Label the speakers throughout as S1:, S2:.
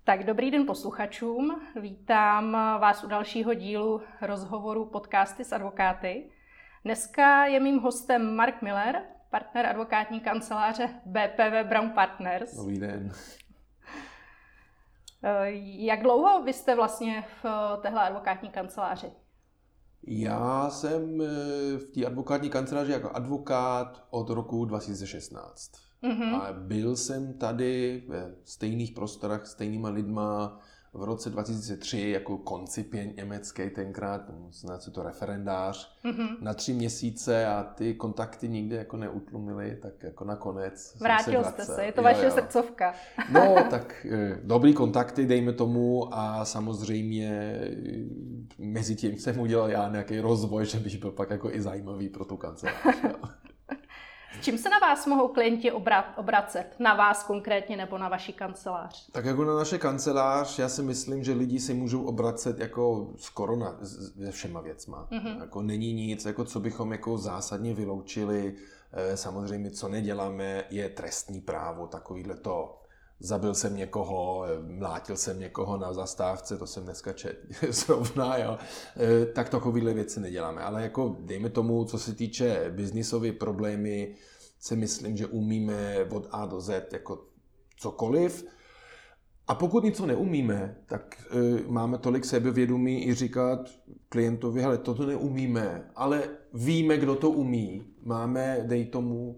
S1: Tak dobrý den posluchačům, vítám vás u dalšího dílu rozhovoru Podcasty s advokáty. Dneska je mým hostem Mark Miller, partner advokátní kanceláře BPV Brown Partners.
S2: Dobrý den.
S1: Jak dlouho vy jste vlastně v téhle advokátní kanceláři?
S2: Já jsem v té advokátní kanceláři jako advokát od roku 2016. A byl jsem tady ve stejných prostorách, stejnýma lidma v roce 2003 jako koncipient německý tenkrát, znamená se to referendář, na 3 měsíce a ty kontakty nikdy jako neutlumily, tak jako nakonec
S1: Vrátil jste se, je to vaše srdcovka.
S2: No, tak dobrý kontakty, dejme tomu, a samozřejmě mezi tím jsem udělal já nějaký rozvoj, že bych byl pak jako i zajímavý pro tu kancelář.
S1: S čím se na vás mohou klienti obracet? Na vás konkrétně nebo na vaši kancelář?
S2: Tak jako na naše kancelář, já si myslím, že lidi si můžou obracet jako skoro se všema věcma. Jako není nic, jako co bychom jako zásadně vyloučili. Samozřejmě, co neděláme, je trestní právo, takovýhle to. Zabil jsem někoho, mlátil jsem někoho na zastávce, to jsem dneska zrovna, jo. Tak takovýhle věci neděláme. Ale jako dejme tomu, co se týče biznisové problémy, si myslím, že umíme od A do Z jako cokoliv. A pokud něco neumíme, tak máme tolik sebevědomí i říkat klientovi, hele, toto neumíme, ale víme, kdo to umí. Máme, dej tomu,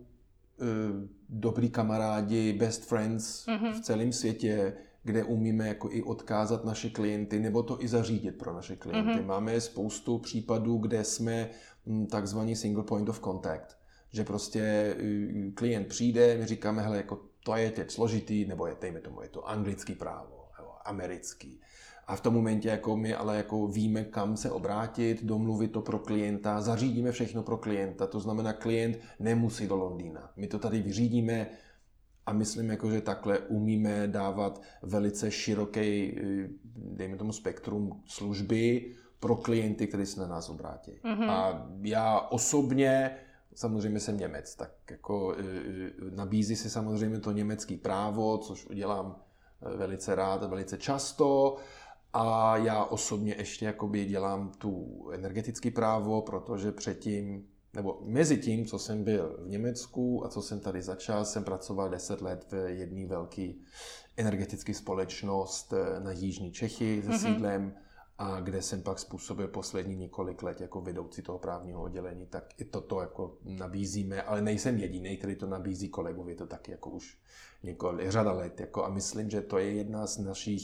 S2: dobrý kamarádi, best friends v celém světě, kde umíme jako i odkázat naše klienty, nebo to i zařídit pro naše klienty. Máme spoustu případů, kde jsme takzvaný single point of contact, že prostě klient přijde, my říkáme, hele, jako to je teď složitý, nebo je to anglický právo, americký. A v tom momentě jako my ale jako víme, kam se obrátit, domluvit to pro klienta, zařídíme všechno pro klienta. To znamená, klient nemusí do Londýna. My to tady vyřídíme a myslím, jako, že takhle umíme dávat velice široký, dejme tomu, spektrum služby pro klienty, kteří se na nás obrátí. A já osobně, samozřejmě jsem Němec, tak jako nabízí si samozřejmě to německé právo, což udělám velice rád a velice často. A já osobně ještě jakoby dělám tu energetické právo, protože předtím, nebo mezi tím, co jsem byl v Německu a co jsem tady začal, jsem pracoval 10 let v jedné velké energetické společnost na jižní Čechy se sídlem, a kde jsem pak způsobil poslední několik let jako vedoucí toho právního oddělení, tak i toto jako nabízíme, ale nejsem jediný, který to nabízí, kolegovi, to taky jako už řada let. Jako, a myslím, že to je jedna z našich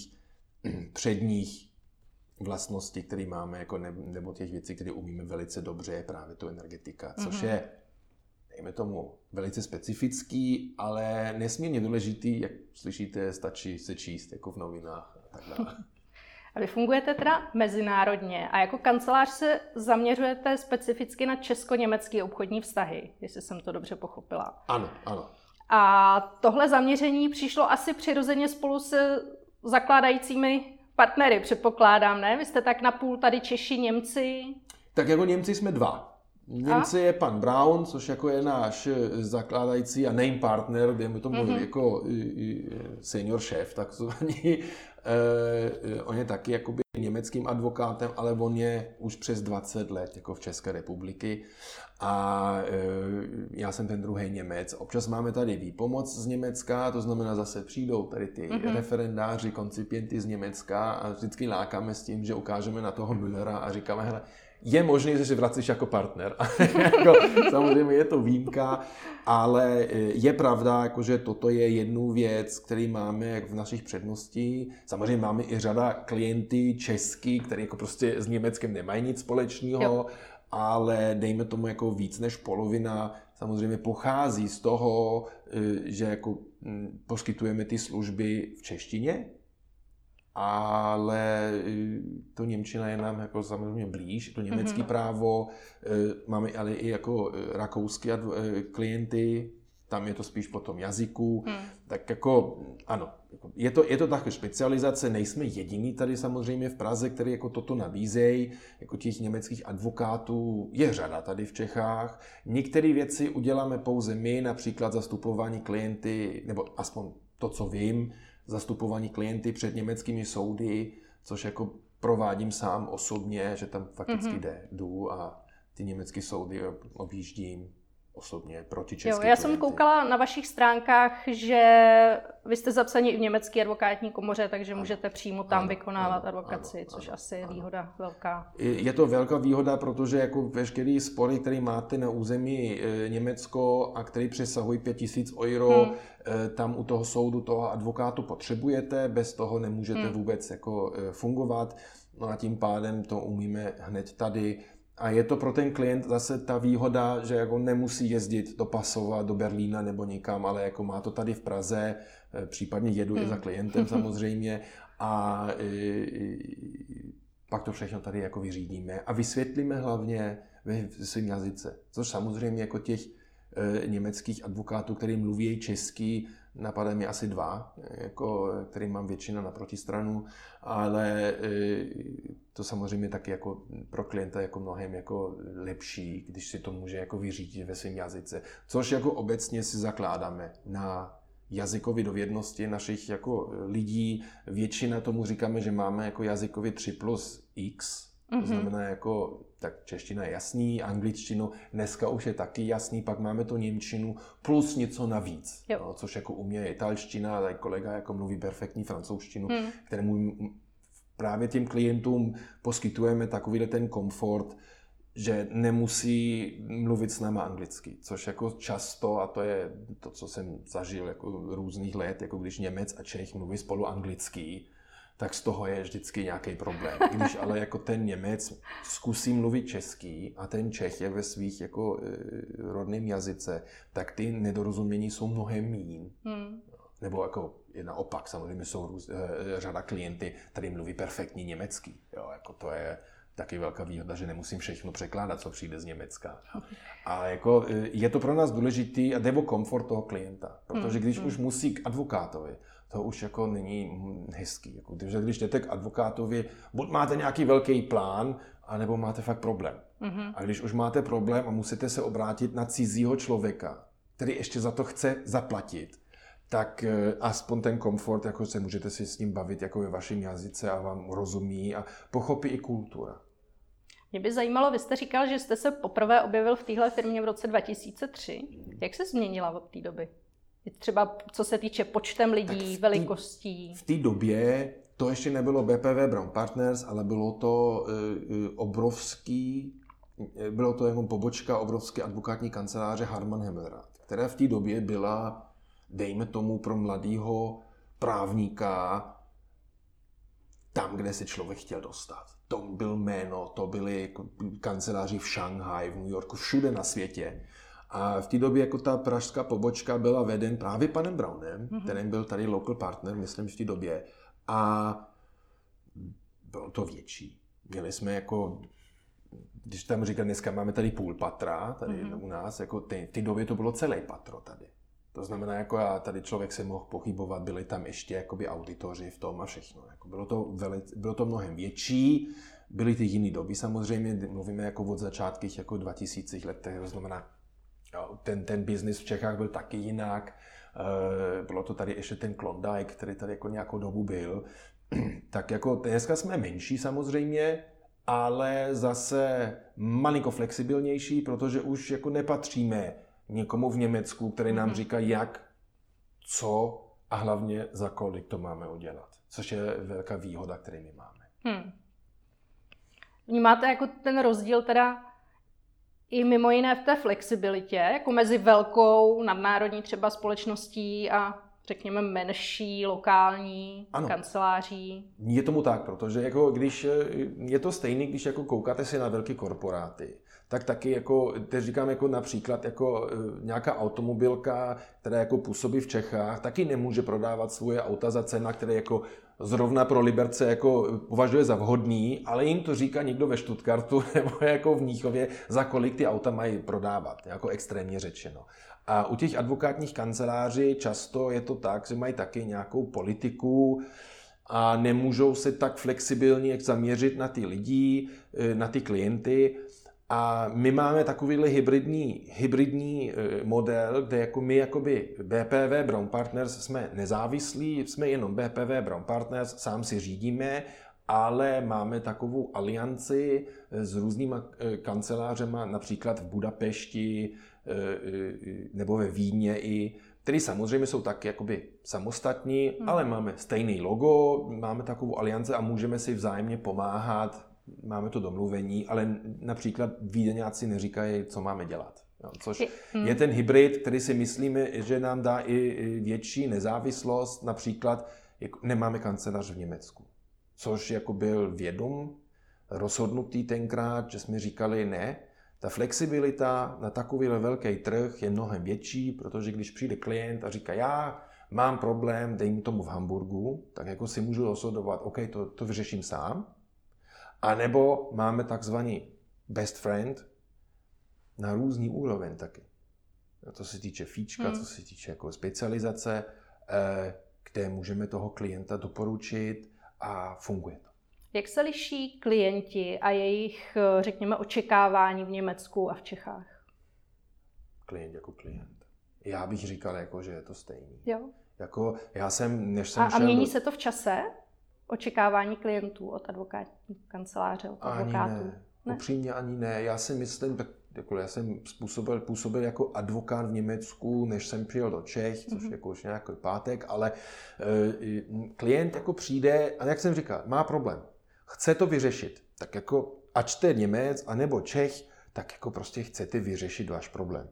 S2: předních vlastností, které máme, jako nebo těch věcí, které umíme velice dobře, je právě to energetika, což je, dejme tomu, velice specifický, ale nesmírně důležitý, jak slyšíte, stačí se číst jako v novinách a tak dále.
S1: A vy fungujete teda mezinárodně a jako kancelář se zaměřujete specificky na česko-německé obchodní vztahy, jestli jsem to dobře pochopila.
S2: Ano, ano.
S1: A tohle zaměření přišlo asi přirozeně spolu se zakládajícími partnery, předpokládám, ne? Vy jste tak napůl tady Češi, Němci?
S2: Tak jako Němci jsme 2. Němci je pan Brown, což jako je náš zakládající a name partner, dejme tomu jako senior šéf, takzvaný. On je taky jakoby německým advokátem, ale on je už přes 20 let jako v České republiky. A já jsem ten druhý Němec. Občas máme tady výpomoc z Německa, to znamená zase přijdou tady ty referendáři, koncipienty z Německa a vždycky lákáme s tím, že ukážeme na toho Müllera a říkáme, hele, je možné, že se vracíš jako partner. Jako, samozřejmě je to výjimka, ale je pravda, jako, že toto je jednu věc, který máme v našich předností. Samozřejmě máme i řada klienty český, který jako prostě s Německem nemají nic společného, ale dejme tomu jako víc než polovina samozřejmě pochází z toho, že jako poskytujeme ty služby v češtině, ale to němčina je nám jako samozřejmě blíž, to německé právo, máme ale i jako rakouské klienty, tam je to spíš po tom jazyku, tak jako ano, je to taková specializace, nejsme jediní tady samozřejmě v Praze, který jako toto nabízejí, jako těch německých advokátů je řada tady v Čechách. Některé věci uděláme pouze my, například zastupování klienty, nebo aspoň to, co vím, zastupovaní klienty před německými soudy, což jako provádím sám osobně, že tam fakticky jdu a ty německé soudy objíždím osobně proti českým klienty.
S1: Já jsem koukala na vašich stránkách, že vy jste zapsaní i v německé advokátní komoře, takže můžete přímo tam vykonávat advokaci, což asi je výhoda velká.
S2: Je to velká výhoda, protože jako veškerý spory, které máte na území Německo a který přesahují 5000 euro, tam u toho soudu toho advokátu potřebujete, bez toho nemůžete vůbec jako fungovat. No a tím pádem to umíme hned tady. A je to pro ten klient zase ta výhoda, že jako nemusí jezdit do Pasova, do Berlína nebo někam, ale jako má to tady v Praze, případně jedu i za klientem samozřejmě a pak to všechno tady jako vyřídíme a vysvětlíme hlavně ve svém jazyce, což samozřejmě jako těch německých advokátů, který mluví česky, napadají mi asi 2, jako, který mám většina na protistranu, ale to samozřejmě taky jako pro klienta jako mnohem jako lepší, když si to může jako vyřídit ve svém jazyce. Což jako obecně si zakládáme na jazykové dovednosti našich jako lidí. Většina tomu říkáme, že máme jako jazykově 3+X, to znamená jako, tak čeština je jasný, angličtinu dneska už je taky jasný, pak máme to němčinu plus něco navíc, no, což jako umě italština, ale kolega jako mluví perfektní francouzštinu, kterému právě těm klientům poskytujeme takový ten komfort, že nemusí mluvit s náma anglicky, což jako často, a to je to, co jsem zažil jako různých let, jako když Němec a Čech mluví spolu anglicky, tak z toho je vždycky nějaký problém. Když ale jako ten Němec zkusí mluvit česky a ten Čech je ve svých jako rodném jazyce, tak ty nedorozumění jsou mnohem míň. Nebo jako naopak, samozřejmě jsou řada klienty, který mluví perfektní německy. Jo, jako to je taky velká výhoda, že nemusím všechno překládat, co přijde z Německa. A jako je to pro nás důležitý a jde o komfort toho klienta. Protože když už musí k advokátovi, to už jako není hezký. Jako, když jdete k advokátovi, buď máte nějaký velký plán, anebo máte fakt problém. A když už máte problém a musíte se obrátit na cizího člověka, který ještě za to chce zaplatit, tak aspoň ten komfort, jako se můžete si s ním bavit jako ve vašem jazyce a vám rozumí a pochopí i kultura.
S1: Mě by zajímalo, vy jste říkal, že jste se poprvé objevil v téhle firmě v roce 2003. Jak se změnila od té doby? Třeba co se týče počtem lidí, velikostí? V
S2: té době to ještě nebylo BPV Brown Partners, ale bylo to bylo to jako pobočka obrovské advokátní kanceláře Harman Hemmelrath, která v té době byla, dejme tomu, pro mladého právníka tam, kde se člověk chtěl dostat. To byl jméno, to byly kanceláři v Šanghaji, v New Yorku, všude na světě. A v té době jako ta pražská pobočka byla veden právě panem Brownem, kterým byl tady local partner, myslím, v té době. A bylo to větší. Měli jsme jako, když tam říkám, dneska máme tady půl patra, tady u nás, jako v té době to bylo celé patro tady. To znamená, jako tady člověk se mohl pochybovat, byli tam ještě jakoby auditoři v tom a všechno. Jako bylo to mnohem větší, byly ty jiné doby samozřejmě, mluvíme jako od začátkých jako 2000 let, to znamená, ten biznis v Čechách byl taky jinak, bylo to tady ještě ten Klondike, který tady jako nějakou dobu byl, tak jako dneska jsme menší samozřejmě, ale zase malinko flexibilnější, protože už jako nepatříme někomu v Německu, který nám říká, jak, co a hlavně za kolik to máme udělat. Což je velká výhoda, kterou my máme.
S1: Vnímáte jako ten rozdíl teda i mimo jiné v té flexibilitě, jako mezi velkou nadnárodní třeba společností a řekněme menší, lokální kanceláří?
S2: Je tomu tak, protože jako když je to stejný, když jako koukáte si na velké korporáty, tak taky jako, teď říkám jako například jako nějaká automobilka, která jako působí v Čechách, taky nemůže prodávat svoje auta za cena, které jako zrovna pro Liberce jako považuje za vhodný, ale jim to říká někdo ve Stuttgartu nebo jako v Mnichově, za kolik ty auta mají prodávat, jako extrémně řečeno. A u těch advokátních kanceláří často je to tak, že mají taky nějakou politiku a nemůžou se tak flexibilně zaměřit na ty lidi, na ty klienty. A my máme takovýhle hybridní model, kde jako my jakoby BPV Brown Partners jsme nezávislí, jsme jenom BPV Brown Partners, sám si řídíme, ale máme takovou alianci s různýma kancelářema, například v Budapešti nebo ve Vídni, který samozřejmě jsou taky jakoby samostatní, ale máme stejný logo, máme takovou alianci a můžeme si vzájemně pomáhat, máme to domluvení, ale například Vídeňáci neříkají, co máme dělat. Což je ten hybrid, který si myslíme, že nám dá i větší nezávislost, například jako nemáme kancelář v Německu. Což jako byl vědom rozhodnutý tenkrát, že jsme říkali ne, ta flexibilita na takovýhle velký trh je mnohem větší, protože když přijde klient a říká, já mám problém, dejme tomu v Hamburgu, tak jako si můžu rozhodovat, OK, to vyřeším sám. A nebo máme takzvaný best friend na různý úroveň taky. To se týče fíčka, co se týče jako specializace, kde můžeme toho klienta doporučit a funguje to.
S1: Jak se liší klienti a jejich, řekněme, očekávání v Německu a v Čechách?
S2: Klient jako klient. Já bych říkal, jako, že je to stejný.
S1: Jo.
S2: Jako,
S1: A mění se to v čase? Očekávání klientů od advokátní kanceláře, od advokátů?
S2: Ne. Upřímně ani ne. Já si myslím, jako já jsem působil jako advokát v Německu, než jsem přijel do Čech, což jako už nějaký pátek, ale klient jako přijde a jak jsem říkal, má problém. Chce to vyřešit. Tak jako ať jste Němec anebo Čech, tak jako prostě chcete vyřešit váš problém.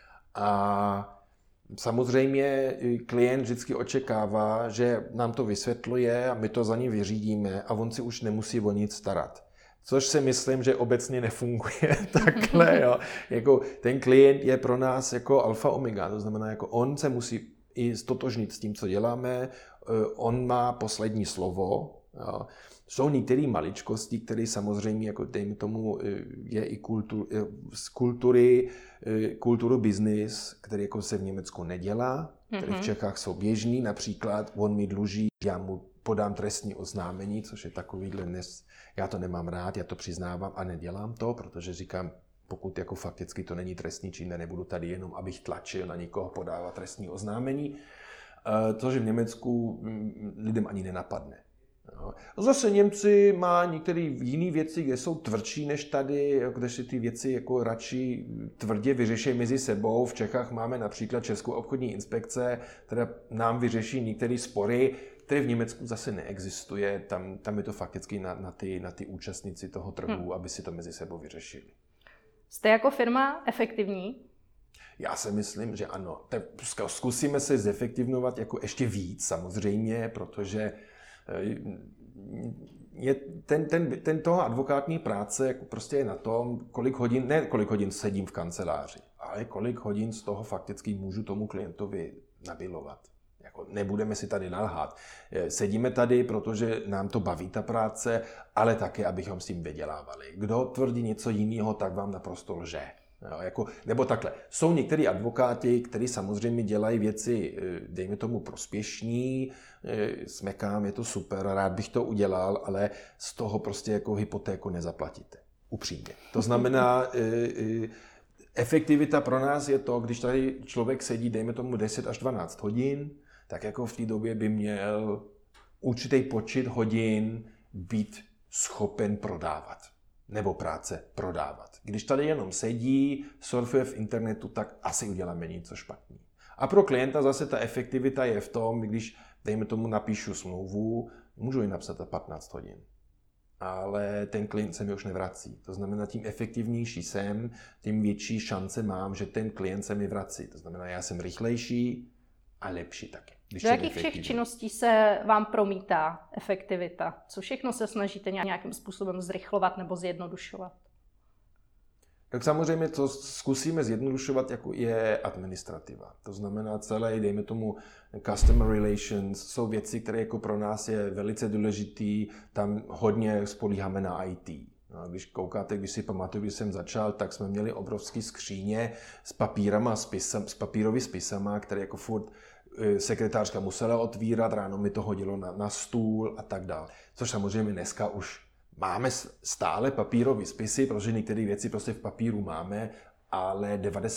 S2: A samozřejmě klient vždycky očekává, že nám to vysvětluje a my to za ně vyřídíme a on si už nemusí o nic starat. Což si myslím, že obecně nefunguje takhle. Jo. Jako ten klient je pro nás jako alfa omega, to znamená, jako on se musí i stotožnit s tím, co děláme, on má poslední slovo. Jo. Jsou některé maličkosti, které samozřejmě, jako dejme tomu, je i z kulturu business, který jako se v Německu nedělá, který v Čechách jsou běžný, například on mi dluží, já mu podám trestní oznámení, což je takovýhle dnes, já to nemám rád, já to přiznávám a nedělám to, protože říkám, pokud jako fakticky to není trestný čin, nebudu tady jenom, abych tlačil na někoho podávat trestní oznámení, což v Německu lidem ani nenapadne. Zase Němci má některé jiné věci, kde jsou tvrdší než tady, kde si ty věci jako radši tvrdě vyřeší mezi sebou. V Čechách máme například Českou obchodní inspekce, která nám vyřeší některé spory, které v Německu zase neexistuje. Tam je to fakticky na ty účastníci toho trhu, aby si to mezi sebou vyřešili.
S1: Jste jako firma efektivní?
S2: Já si myslím, že ano. Zkusíme se zefektivňovat jako ještě víc samozřejmě, protože ten toho advokátní práce jako prostě je na tom, kolik hodin sedím v kanceláři, ale kolik hodin z toho fakticky můžu tomu klientovi nabilovat. Jako nebudeme si tady nalhát. Sedíme tady, protože nám to baví ta práce, ale také, abychom s tím vydělávali. Kdo tvrdí něco jiného, tak vám naprosto lže. Jo, nebo takhle. Jsou některý advokáti, kteří samozřejmě dělají věci, dejme tomu prospěšní, smekám, je to super, rád bych to udělal, ale z toho prostě jako hypotéku nezaplatíte. Upřímně. To znamená, efektivita pro nás je to, když tady člověk sedí, dejme tomu 10 až 12 hodin, tak jako v té době by měl určitý počet hodin být schopen prodávat. Nebo práce prodávat. Když tady jenom sedí, surfuje v internetu, tak asi uděláme něco špatný. A pro klienta zase ta efektivita je v tom, když, dejme tomu, napíšu smlouvu, můžu ji napsat za 15 hodin. Ale ten klient se mi už nevrací. To znamená, tím efektivnější jsem, tím větší šance mám, že ten klient se mi vrací. To znamená, já jsem rychlejší a lepší taky.
S1: Do jakých všech činností se vám promítá efektivita? Co všechno se snažíte nějakým způsobem zrychlovat nebo zjednodušovat?
S2: Tak samozřejmě, co zkusíme zjednodušovat, jako je administrativa. To znamená celé, dejme tomu, customer relations, jsou věci, které jako pro nás je velice důležitý, tam hodně spolíháme na IT. No, když koukáte, když si pamatuju, když jsem začal, tak jsme měli obrovský skříně s papírama, s papírovými spisama, které jako furt sekretářka musela otvírat, ráno mi to hodilo na stůl a tak dále. Což samozřejmě dneska už máme stále papírové spisy, protože některé věci prostě v papíru máme, ale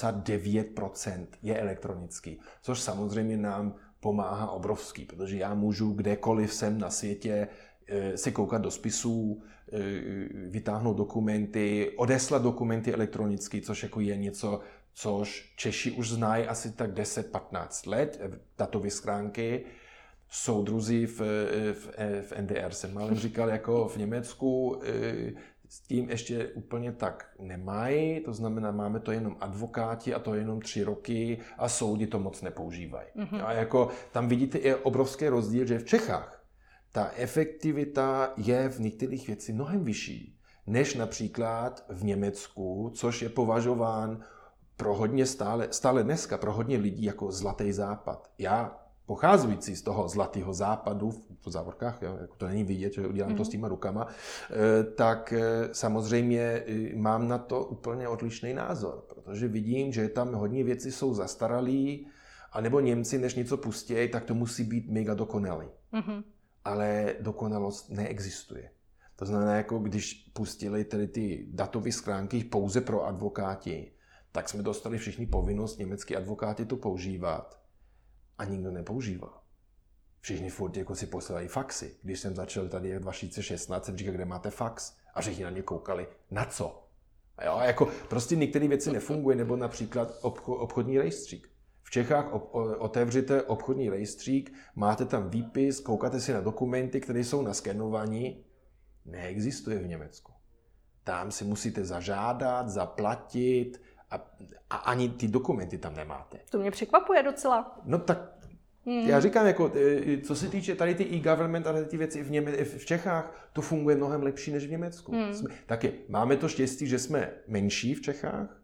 S2: 99% je elektronický, což samozřejmě nám pomáhá obrovský, protože já můžu kdekoliv jsem na světě si koukat do spisů, vytáhnout dokumenty, odeslat dokumenty elektronicky, což jako je něco, což Češi už znají asi tak 10-15 let, datové schránky. Soudruzi v NDR jsem málem říkal, jako v Německu s tím ještě úplně tak nemají, to znamená, máme to jenom advokáti a to jenom 3 roky a soudy to moc nepoužívají. A jako tam vidíte i obrovský rozdíl, že v Čechách ta efektivita je v některých věcích mnohem vyšší, než například v Německu, což je považován pro hodně stále dneska, pro hodně lidí jako zlatý západ. Já pocházející z toho zlatého západu, v závorkách, jako to není vidět, že udělám to s těma rukama, tak samozřejmě mám na to úplně odlišný názor, protože vidím, že tam hodně věcí jsou zastaralý, anebo Němci, než něco pustějí, tak to musí být mega dokonalý. Ale dokonalost neexistuje. To znamená, jako když pustili tedy ty datové schránky pouze pro advokáti, tak jsme dostali všichni povinnost německý advokáti to používat. A nikdo nepoužíval. Všichni furt jako si posílají faxy. Když jsem začal tady v 2016, jsem říkal, kde máte fax? A všichni na mě koukali, na co? A jo, jako prostě některé věci nefungují, nebo například obchodní rejstřík. V Čechách otevřete obchodní rejstřík, máte tam výpis, koukáte si na dokumenty, které jsou naskenovaní. Neexistuje v Německu. Tam si musíte zažádat, zaplatit, a ani ty dokumenty tam nemáte.
S1: To mě překvapuje docela.
S2: No tak já říkám, jako, co se týče tady ty e-government a ty věci v Čechách, to funguje mnohem lepší než v Německu. Taky máme to štěstí, že jsme menší v Čechách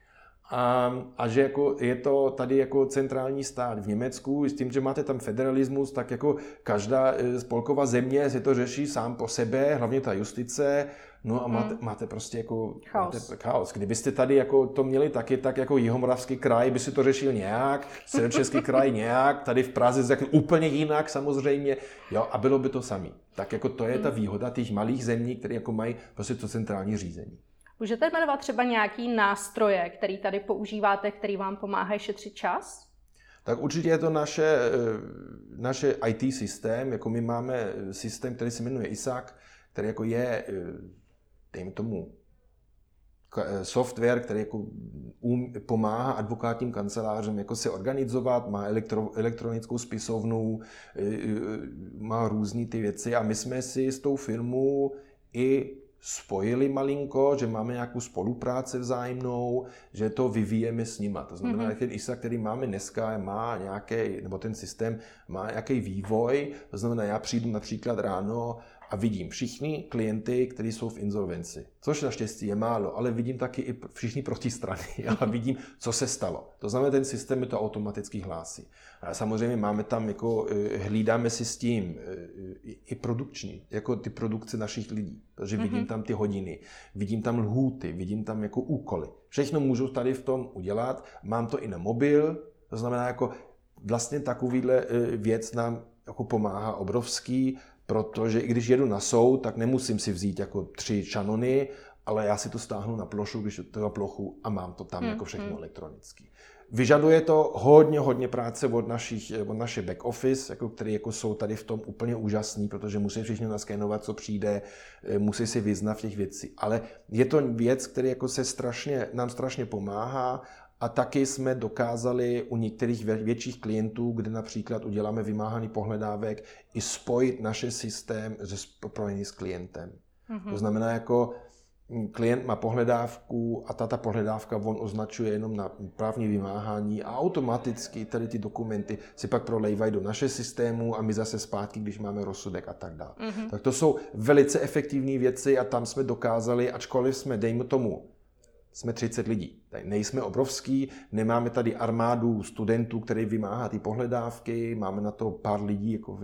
S2: a že jako je to tady jako centrální stát v Německu, s tím, že máte tam federalismus, tak jako každá spolková země si to řeší sám po sebe, hlavně ta justice. No a máte prostě jako chaos. Kdybyste tady jako to měli taky, tak jako Jihomoravský kraj by si to řešil nějak, Středočeský kraj nějak, tady v Praze úplně jinak samozřejmě, jo, a bylo by to samý. Tak jako to je ta výhoda těch malých zemí, které jako mají prostě to centrální řízení.
S1: Můžete jmenovat třeba nějaký nástroje, který tady používáte, který vám pomáhají šetřit čas?
S2: Tak určitě je to naše IT systém, jako my máme systém, který se jmenuje ISAC, který jako je, dejme tomu, software, který jako pomáhá advokátním kancelářům jako se organizovat, má elektronickou spisovnu, má různé ty věci a my jsme si s tou firmou i spojili malinko, že máme nějakou spolupráci vzájemnou, že to vyvíjeme s nima. To znamená, že ten ISA, který máme dneska, má nějaký, nebo ten systém má nějaký vývoj. To znamená, já přijdu například ráno a vidím všichni klienty, kteří jsou v insolvenci. Což naštěstí je málo, ale vidím taky i všichni protistrany a vidím, co se stalo. To znamená, ten systém mi to automaticky hlásí. A samozřejmě máme tam, jako hlídáme si s tím i produkční, jako ty produkce našich lidí. Takže vidím tam ty hodiny, vidím tam lhůty, vidím tam jako úkoly. Všechno můžu tady v tom udělat. Mám to i na mobil, to znamená, jako vlastně takovýhle věc nám jako pomáhá obrovský, protože i když jedu na soud, tak nemusím si vzít jako 3 šanony, ale já si to stáhnu na plošu, když to na plochu a mám to tam jako všechno elektronicky. Vyžaduje to hodně práce od naše back office, jako, které jako jsou tady v tom úplně úžasný, protože musí všichni naskenovat, co přijde, musí si vyznat v těch věcí. Ale je to věc, která jako nám strašně pomáhá. A taky jsme dokázali u některých větších klientů, kde například uděláme vymáhaný pohledávek, i spojit naše systém propojený s klientem. To znamená, jako klient má pohledávku a ta pohledávka on označuje jenom na právní vymáhání a automaticky tady ty dokumenty si pak prolejvají do naše systému a my zase zpátky, když máme rozsudek a tak dále. Tak to jsou velice efektivní věci a tam jsme dokázali, ačkoliv jsme, dejme tomu, jsme 30 lidí. Tady nejsme obrovský, nemáme tady armádu studentů, který vymáhá ty pohledávky, máme na to pár lidí jako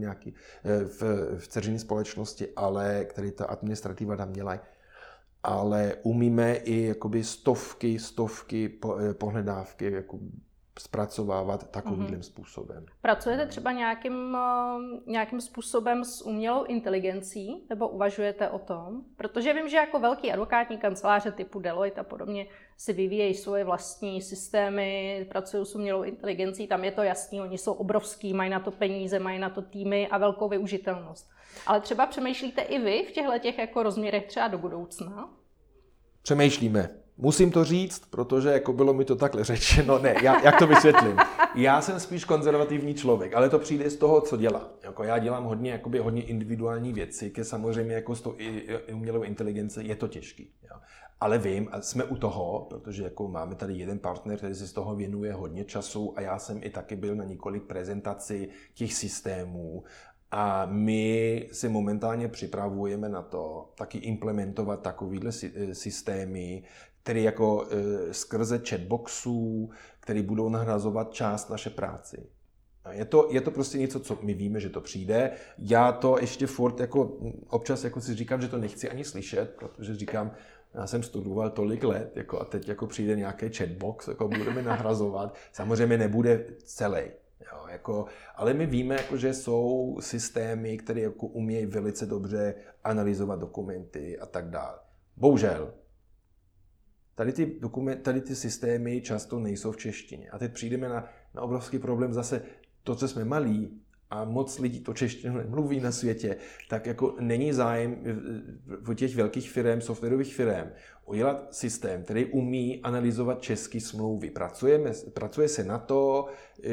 S2: v dceřiné společnosti, ale který ta administrativa tam dělají. Ale umíme i jakoby stovky pohledávky jako zpracovávat takovým způsobem.
S1: Pracujete třeba nějakým způsobem s umělou inteligencí, nebo uvažujete o tom? Protože vím, že jako velký advokátní kanceláře typu Deloitte a podobně si vyvíjejí svoje vlastní systémy, pracují s umělou inteligencí, tam je to jasný, oni jsou obrovský, mají na to peníze, mají na to týmy a velkou využitelnost. Ale třeba přemýšlíte i vy v těchto jako rozměrech třeba do budoucna?
S2: Přemýšlíme. Musím to říct, protože jako bylo mi to takhle řečeno. Ne, jak to vysvětlím? Já jsem spíš konzervativní člověk, ale to přijde z toho, co dělám. Jako já dělám hodně individuální věci, ke samozřejmě jako s tou umělou inteligencí je to těžký. Jo. Ale vím, a jsme u toho, protože jako máme tady jeden partner, který si z toho věnuje hodně času a já jsem i taky byl na několik prezentací těch systémů. A my si momentálně připravujeme na to taky implementovat takovýhle systémy, které jako skrze chatboxů, které budou nahrazovat část naše práci. Je to prostě něco, co my víme, že to přijde. Já to ještě furt jako občas jako si říkám, že to nechci ani slyšet, protože říkám, já jsem studoval tolik let jako, a teď jako přijde nějaký chatbox, jako budeme nahrazovat. Samozřejmě nebude celý. Jo, jako, ale my víme, jako, že jsou systémy, které jako umějí velice dobře analyzovat dokumenty a tak dále. Bohužel, tady ty systémy často nejsou v češtině. A teď přijdeme na obrovský problém zase to, co jsme malí a moc lidí to češtinu nemluví na světě, tak jako není zájem v těch velkých firm, softwarových firm, udělat systém, který umí analyzovat české smlouvy. Pracuje se na to,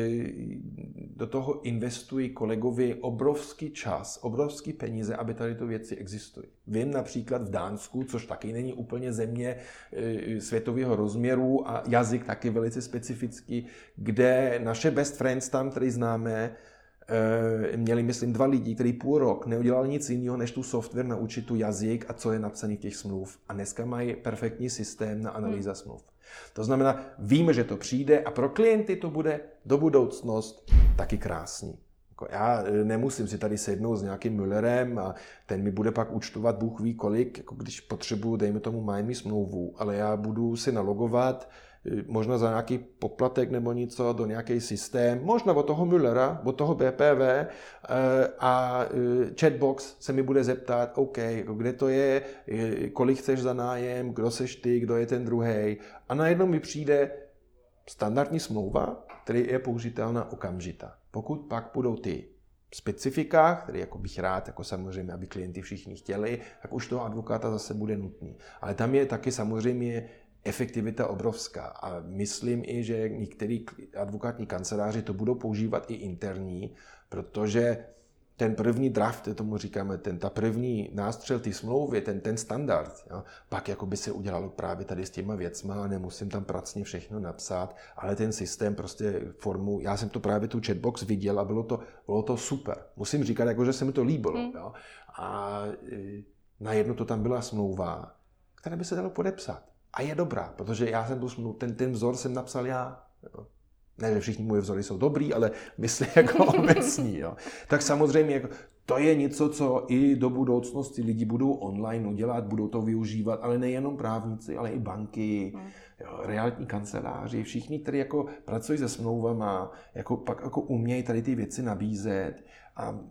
S2: do toho investují kolegovi obrovský čas, obrovský peníze, aby tady ty věci existují. Vím například v Dánsku, což taky není úplně země světového rozměru a jazyk taky velice specifický, kde naše best friends tam, který známe, měli, myslím, 2 lidi, kteří půl rok neudělali nic jiného, než tu software naučit tu jazyk a co je napsaný v těch smluv. A dneska mají perfektní systém na analýza smluv. To znamená, víme, že to přijde a pro klienty to bude do budoucnost taky krásný. Já nemusím si tady sednout s nějakým Müllerem a ten mi bude pak účtovat Bůh ví kolik, jako když potřebuju, dejme tomu, Miami smlouvu, ale já budu si nalogovat možná za nějaký poplatek nebo něco do nějaký systém, možná od toho Müllera, od toho BPV a chatbox se mi bude zeptat, OK, kde to je, kolik chceš za nájem, kdo seš ty, kdo je ten druhej. A najednou mi přijde standardní smlouva, která je použitelná okamžitá. Pokud pak budou ty specifika, které jako bych rád, jako samozřejmě, aby klienti všichni chtěli, tak už toho advokáta zase bude nutný. Ale tam je taky samozřejmě efektivita obrovská a myslím i, že některý advokátní kanceláři to budou používat i interní, protože ten první draft, tomu říkáme, ta první nástřel ty smlouvy, ten standard, jo, pak jako by se udělalo právě tady s těma věcma a nemusím tam pracně všechno napsat, ale ten systém prostě formu, já jsem to právě tu chatbox viděl a bylo to super. Musím říkat, jako, že se mi to líbilo. Jo. A najednou to tam byla smlouva, která by se dalo podepsat. A je dobrá, protože já jsem ten vzor jsem napsal já. Jo. Ne, že všichni moje vzory jsou dobrý, ale myslím jako obecní. Jo. Tak samozřejmě jako, to je něco, co i do budoucnosti lidi budou online udělat, budou to využívat, ale nejenom právníci, ale i banky, jo, realitní kanceláři, všichni, kteří jako pracují se smlouvama, jako pak jako umějí tady ty věci nabízet a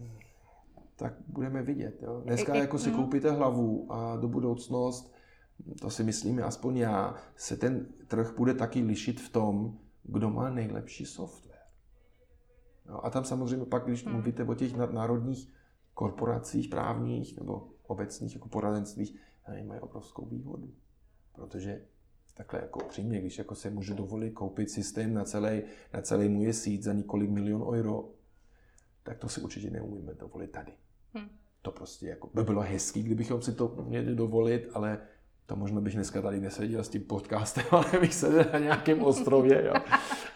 S2: tak budeme vidět. Jo. Dneska jako si koupíte hlavu a do budoucnost, to si myslíme, aspoň já, se ten trh bude taky lišit v tom, kdo má nejlepší software. No, a tam samozřejmě pak, když mluvíte o těch národních korporacích právních nebo obecních jako poradenstvích, mají obrovskou výhodu. Protože takhle jako přímě, když jako se můžu dovolit koupit systém na celý můj síť za několik milion euro, tak to si určitě neumíme dovolit tady. To prostě jako by bylo hezký, kdybychom si to měli dovolit, ale to možná bych dneska tady neseděl s tím podcastem, ale bych seděl na nějakém ostrově. Jo.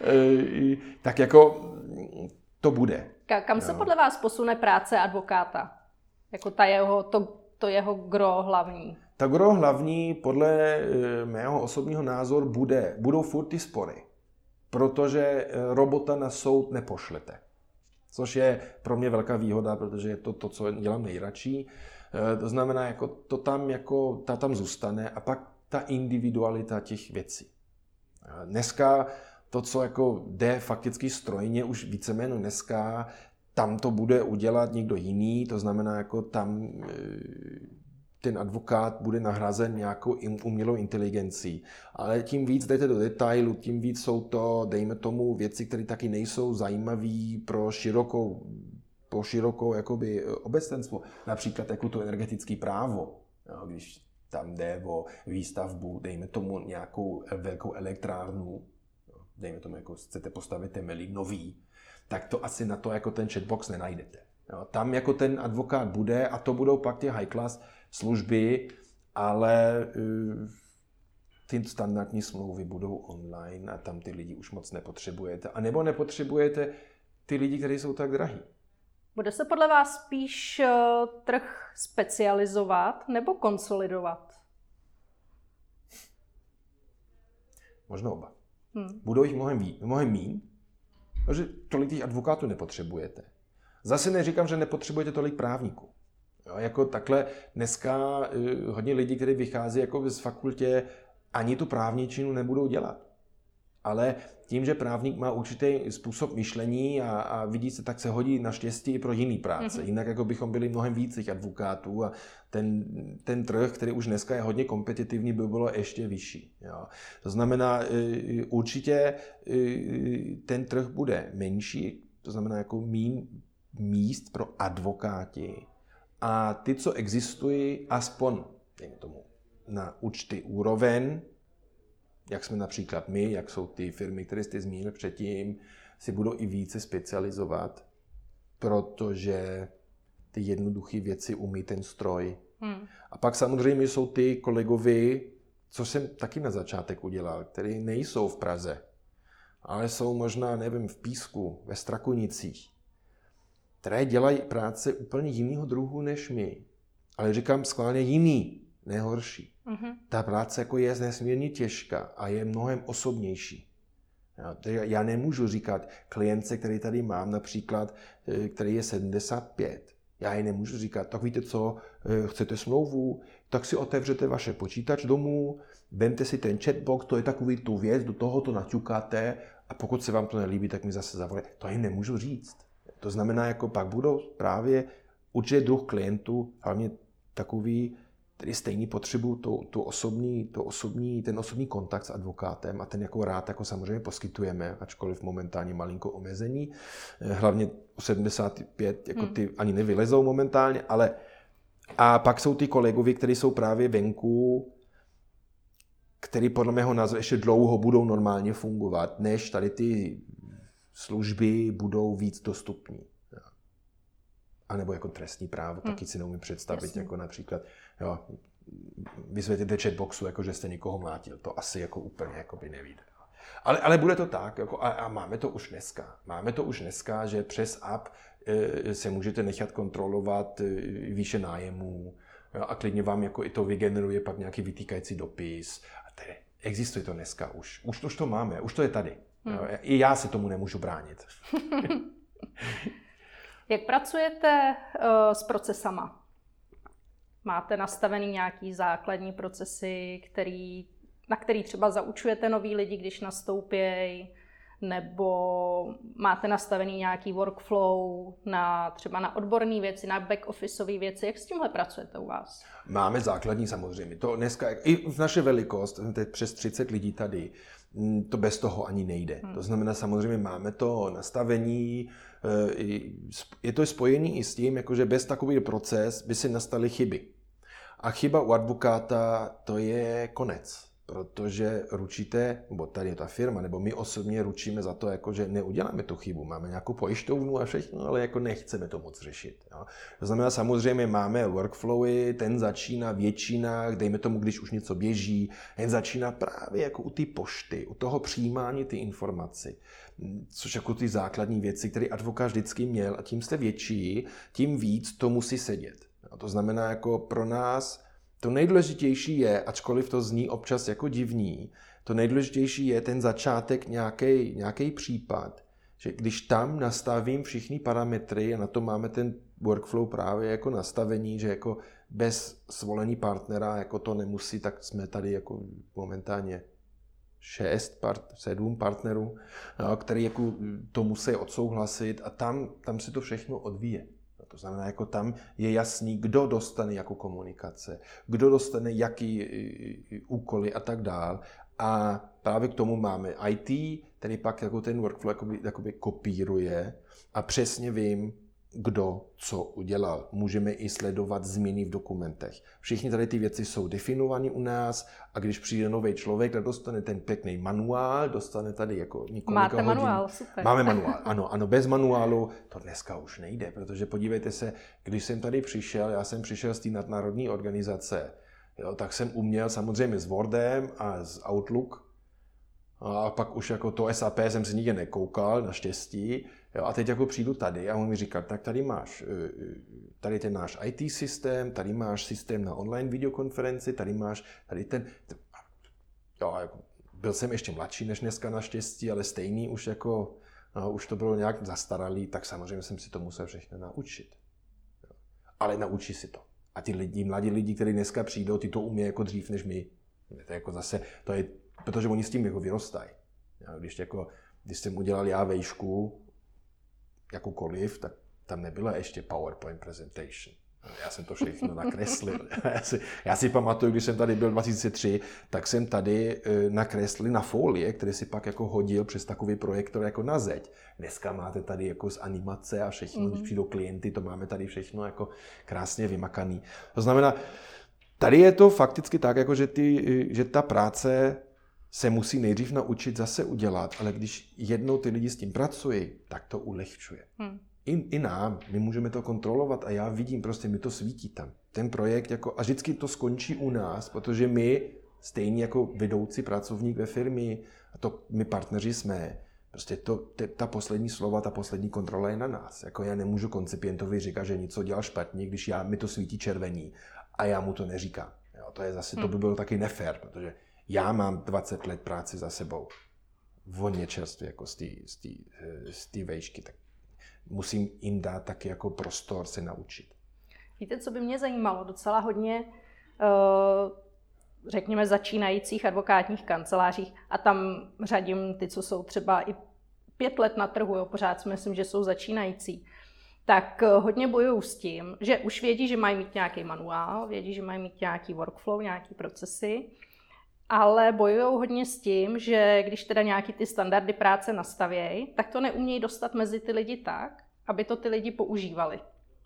S2: Tak jako to bude.
S1: Kam se podle vás posune práce advokáta? Jako to jeho gro hlavní.
S2: Ta gro hlavní podle mého osobního názoru budou furt ty spory. Protože robota na soud nepošlete. Což je pro mě velká výhoda, protože je to co dělám nejradši. To znamená, jako to tam zůstane a pak ta individualita těch věcí. Dneska To, co jako jde fakticky strojně už víceméně dneska, tam to bude udělat někdo jiný, to znamená, jako tam ten advokát bude nahrazen nějakou umělou inteligencí. Ale tím víc jdete do detailu, tím víc jsou to, dejme tomu, věci, které taky nejsou zajímavé pro širokou jakoby obecenstvo. Například jako to energetické právo. Jo, když tam jde o výstavbu, dejme tomu nějakou velkou elektrárnu, dejme tomu, jako chcete postavit temely nový, tak to asi na to jako ten chatbox nenajdete. Jo, tam jako ten advokát bude a to budou pak ty high class služby, ale ty standardní smlouvy budou online a tam ty lidi už moc nepotřebujete. A nebo nepotřebujete ty lidi, kteří jsou tak drahí.
S1: Bude se podle vás spíš trh specializovat nebo konsolidovat?
S2: Možná oba. Budou jich mnohem míň, protože tolik těch advokátů nepotřebujete. Zase neříkám, že nepotřebujete tolik právníků. Jo, jako takhle dneska hodně lidí, kteří vychází jako z fakultě, ani tu právničinu nebudou dělat. Ale tím, že právník má určitý způsob myšlení a vidí se, tak se hodí naštěstí i pro jiný práce. Jinak jako bychom byli mnohem víc těch advokátů a ten trh, který už dneska je hodně kompetitivní, by bylo ještě vyšší. Jo. To znamená, určitě ten trh bude menší, to znamená jako méně míst pro advokáti. A ty, co existují, aspoň dejme tomu, na určitý úroveň, jak jsme například my, jak jsou ty firmy, které jste zmínili předtím, si budou i více specializovat, protože ty jednoduché věci umí ten stroj. A pak samozřejmě jsou ty kolegovi, co jsem taky na začátek udělal, který nejsou v Praze, ale jsou možná, nevím, v Písku, ve Strakonicích, které dělají práce úplně jiného druhu než my. Ale říkám schválně jiný, nehorší. Ta práce jako je nesmírně těžká a je mnohem osobnější. Já nemůžu říkat klientce, který tady mám, například, který je 75. Já ji nemůžu říkat, tak víte co, chcete smlouvu, tak si otevřete vaše počítač domů, vemte si ten chatbox, to je takový tu věc, do toho to naťukáte a pokud se vám to nelíbí, tak mi zase zavolejte. To jim nemůžu říct. To znamená, jako pak budou právě určitě druh klientů, hlavně takový, který stejně potřebují ten osobní kontakt s advokátem a ten jako rád jako samozřejmě poskytujeme, ačkoliv momentálně malinko omezení. Hlavně 75, jako ty ani nevylezou momentálně, ale a pak jsou ty kolegovi, kteří jsou právě venku, který podle mého názoru ještě dlouho budou normálně fungovat, než tady ty služby budou víc dostupní. A nebo jako trestní právo, taky si neumím představit, jasně. Jako například, jo, vysvětlíte chatboxu, jako že jste někoho mlátil, to asi jako úplně jako by nevíde. Ale bude to tak, jako, a máme to už dneska. Máme to už dneska, že přes app se můžete nechat kontrolovat výše nájemů, jo, a klidně vám jako i to vygeneruje pak nějaký vytýkající dopis. A tedy existuje to dneska už. Už to máme, už to je tady. Jo, i já se tomu nemůžu bránit.
S1: Jak pracujete s procesama? Máte nastavený nějaký základní procesy, na který třeba zaučujete nový lidi, když nastoupějí, nebo máte nastavený nějaký workflow třeba na odborné věci, na back-officeové věci? Jak s tímhle pracujete u vás?
S2: Máme základní samozřejmě. To dneska, i v naše velikost, teď přes 30 lidí tady, to bez toho ani nejde. To znamená, samozřejmě máme to nastavení, je to spojený i s tím, jakože bez takový proces by si nastaly chyby. A chyba u advokáta, to je konec. Protože ručíte, nebo tady je ta firma, nebo my osobně ručíme za to, jako, že neuděláme tu chybu. Máme nějakou pojišťovnu a všechno, ale jako nechceme to moc řešit. Jo. To znamená, samozřejmě máme workflowy, ten začíná většina, dejme tomu, když už něco běží, ten začíná právě jako u té pošty, u toho přijímání ty informace. Což jako ty základní věci, které advokát vždycky měl, a tím jste větší, tím víc to musí sedět. Jo. To znamená, jako pro nás to nejdůležitější je, ačkoliv to zní občas jako divný, to nejdůležitější je ten začátek nějaký případ, že když tam nastavím všichni parametry a na to máme ten workflow právě jako nastavení, že jako bez svolení partnera jako to nemusí, tak jsme tady jako momentálně 7 partnerů, který jako to musí odsouhlasit a tam se to všechno odvíje. To znamená, jako tam je jasný, kdo dostane jako komunikace, kdo dostane jaký úkoly a tak dál. A právě k tomu máme IT, který pak jako ten workflow jakoby kopíruje a přesně vím, kdo co udělal. Můžeme i sledovat změny v dokumentech. Všichni tady ty věci jsou definované u nás a když přijde nový člověk, tak dostane ten pěkný manuál, dostane tady jako několika
S1: Máte manuál, super.
S2: Máme manuál, ano, bez manuálu to dneska už nejde, protože podívejte se, když jsem tady přišel, já jsem přišel z té nadnárodní organizace, jo, tak jsem uměl samozřejmě s Wordem a s Outlook, a pak už jako to SAP jsem si nikdy nekoukal, naštěstí. Jo, a teď jako přijdu tady a on mi říká, tak tady máš tady ten náš IT systém, tady máš systém na online videokonferenci, tady máš tady ten. Jo, jako, byl jsem ještě mladší než dneska naštěstí, ale stejný už jako, už to bylo nějak zastaralý, tak samozřejmě jsem si to musel všechno naučit. Jo. Ale naučí si to. A ty mladí lidi, kteří dneska přijdou, ty to umí jako dřív než my. To je jako zase, to je, protože oni s tím jako vyrostají. Když jsem udělal já vejšku, jakoukoliv, tak tam nebyla ještě PowerPoint presentation. Já jsem to všechno nakreslil. Já si pamatuju, když jsem tady byl 2003, tak jsem tady nakreslil na folie, který si pak jako hodil přes takový projektor jako na zeď. Dneska máte tady jako z animace a všechno, když přijdou klienty, to máme tady všechno jako krásně vymakaný. To znamená, tady je to fakticky tak, jako že ta práce se musí nejdřív naučit zase udělat, ale když jednou ty lidi s tím pracují, tak to ulehčuje. I nám, my můžeme to kontrolovat a já vidím, prostě mi to svítí tam. Ten projekt, jako, a vždycky to skončí u nás, protože my, stejně jako vedoucí pracovník ve firmě, a to my partneři jsme, prostě ta poslední slova, ta poslední kontrola je na nás. Jako já nemůžu koncipientovi říkat, že něco dělal špatně, když mi to svítí červení a já mu to neříkám. Jo, to je zase, to by bylo taky nefér, protože já mám 20 let práci za sebou. On je čerstvý jako z té vejšky, tak musím jim dát taky jako prostor se naučit.
S1: Víte, co by mě zajímalo? Docela hodně, řekněme, začínajících advokátních kancelářích a tam řadím ty, co jsou třeba i 5 let na trhu, jo, pořád si myslím, že jsou začínající. Tak hodně bojují s tím, že už vědí, že mají mít nějaký manuál, vědí, že mají mít nějaký workflow, nějaký procesy, ale bojují hodně s tím, že když teda nějaký ty standardy práce nastavějí, tak to neumějí dostat mezi ty lidi tak, aby to ty lidi používali.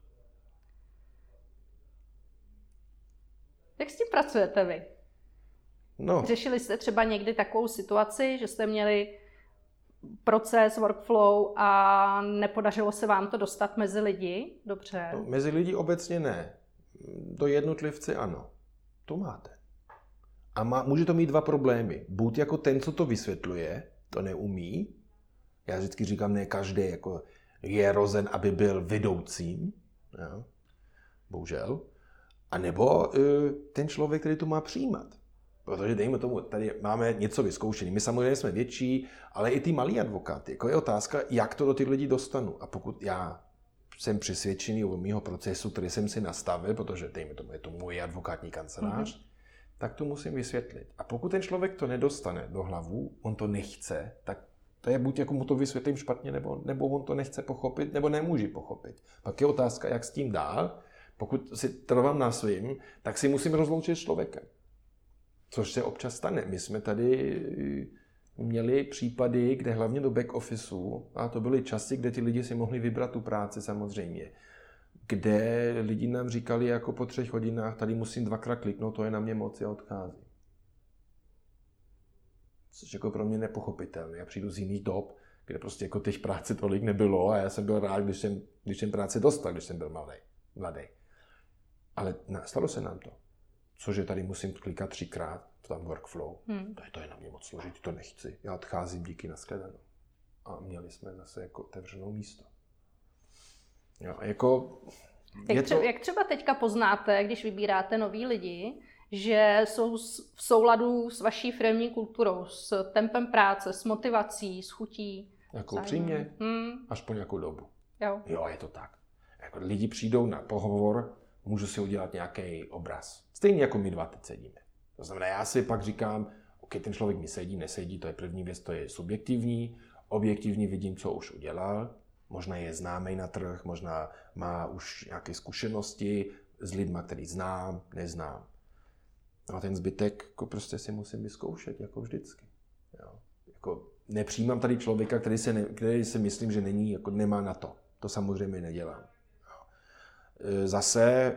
S1: Jak s tím pracujete vy?
S2: No.
S1: Řešili jste třeba někdy takovou situaci, že jste měli proces, workflow a nepodařilo se vám to dostat mezi lidi? Dobře.
S2: No, mezi lidi obecně ne. Do jednotlivce ano. To máte. A může to mít 2 problémy. Buď jako ten, co to vysvětluje, to neumí. Já vždycky říkám, ne každý jako je rozen, aby byl vedoucím. Jo? Bohužel. A nebo ten člověk, který to má přijímat. Protože dejme tomu, tady máme něco vyzkoušený. My samozřejmě jsme větší, ale i ty malí advokáty. Jako je otázka, jak to do těch lidí dostanu. A pokud já jsem přesvědčený o mýho procesu, který jsem si nastavil, protože dejme tomu, je to můj advokátní kancelář, tak to musím vysvětlit. A pokud ten člověk to nedostane do hlavu, on to nechce, tak to je buď jako mu to vysvětlím špatně, nebo on to nechce pochopit, nebo nemůže pochopit. Pak je otázka, jak s tím dál. Pokud si trvám na svým, tak si musím rozloučit s člověkem. Což se občas stane. My jsme tady měli případy, kde hlavně do back officeu, a to byly časy, kde ty lidi si mohli vybrat tu práci samozřejmě, kde lidi nám říkali jako po 3 hodinách, tady musím 2krát kliknout, to je na mě moc, a odchází. Což jako pro mě nepochopitelné. Já přijdu z jiných dob, kde prostě jako těch práce tolik nebylo a já jsem byl rád, když jsem práci dostal, když jsem byl mladý. Ale stalo se nám to. Cože tady musím klikat 3krát v tom workflow. To je na mě moc složitý, to nechci. Já odcházím, díky, nashledanou. A měli jsme zase jako otevřenou místo. Jo, jako
S1: jak třeba teďka poznáte, když vybíráte nový lidi, že jsou v souladu s vaší firemní kulturou, s tempem práce, s motivací, s chutí?
S2: Jako upřímně, až po nějakou dobu.
S1: Jo,
S2: je to tak. Jako lidi přijdou na pohovor, můžu si udělat nějaký obraz. Stejně jako my 2 teď sedíme. To znamená, já si pak říkám, OK, Když ten člověk mi sedí, nesedí, to je první věc, to je subjektivní. Objektivní vidím, co už udělal. Možná je známý na trh, možná má už nějaké zkušenosti s lidma, který znám, neznám. A ten zbytek jako prostě si musím vyzkoušet, jako vždycky. Jo. Jako nepřijímám tady člověka, který si myslím, že není, jako nemá na to. To samozřejmě nedělám. Jo. Zase,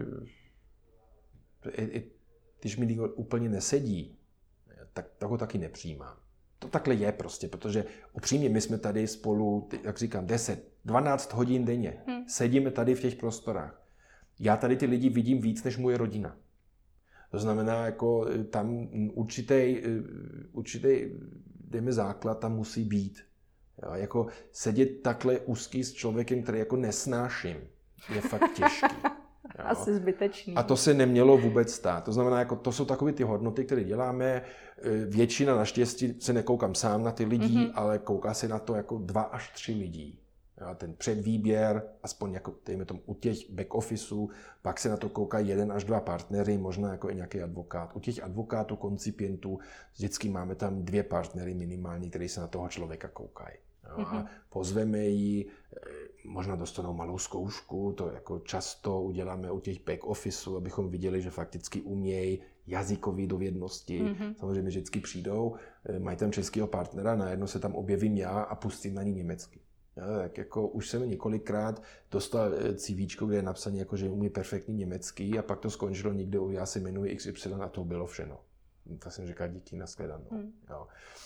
S2: když mi někdo úplně nesedí, tak ho taky nepřijímám. To takhle je prostě, protože upřímně my jsme tady spolu, jak říkám, 10-12 hodin denně. Sedíme tady v těch prostorách. Já tady ty lidi vidím víc než moje rodina. To znamená, jako tam určitý dejme základ tam musí být. Jo, jako sedět takhle úzký s člověkem, který jako nesnáším, je fakt těžký. Jo.
S1: Asi zbytečný.
S2: A to se nemělo vůbec stát. To znamená, jako to jsou takové ty hodnoty, které děláme. Většina naštěstí se nekoukám sám na ty lidi, ale kouká se na to jako 2 až 3 lidí. Jo, ten předvýběr, aspoň jako dejme tomu u těch back officeů, pak se na to kouká 1 až 2 partnery, možná jako i nějaký advokát. U těch advokátů, koncipientů, vždycky máme tam 2 partnery minimální, kteří se na toho člověka koukají. Jo, a pozveme ji, možná dostanou malou zkoušku, to jako často uděláme u těch back officeů, abychom viděli, že fakticky umějí jazykové dovednosti. Samozřejmě vždycky přijdou, mají tam českého partnera, najednou se tam objevím já a pustím na ní německy. Ja, tak jako už jsem několikrát dostal CVčko, kde je napsané, jako, že umí perfektní německý a pak to skončilo někde, já se jmenuji XY a to bylo všechno. Tak jsem říkal, díky, nashledanou. Jo.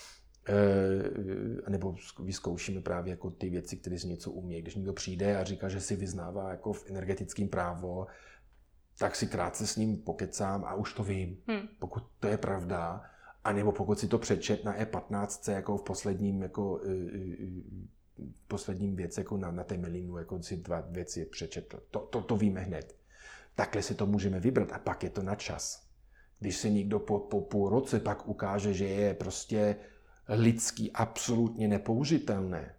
S2: Nebo vyzkoušíme právě jako ty věci, které si něco umějí. Když někdo přijde a říká, že si vyznává jako v energetickém právo, tak si krátce s ním pokecám a už to vím, pokud to je pravda. A nebo pokud si to přečet na E15 jako v posledním jako posledním věc jako na té mailinu, jako si 2 věci přečetl. To víme hned. Takhle si to můžeme vybrat a pak je to na čas. Když se někdo po půl roce pak ukáže, že je prostě lidský absolutně nepoužitelné,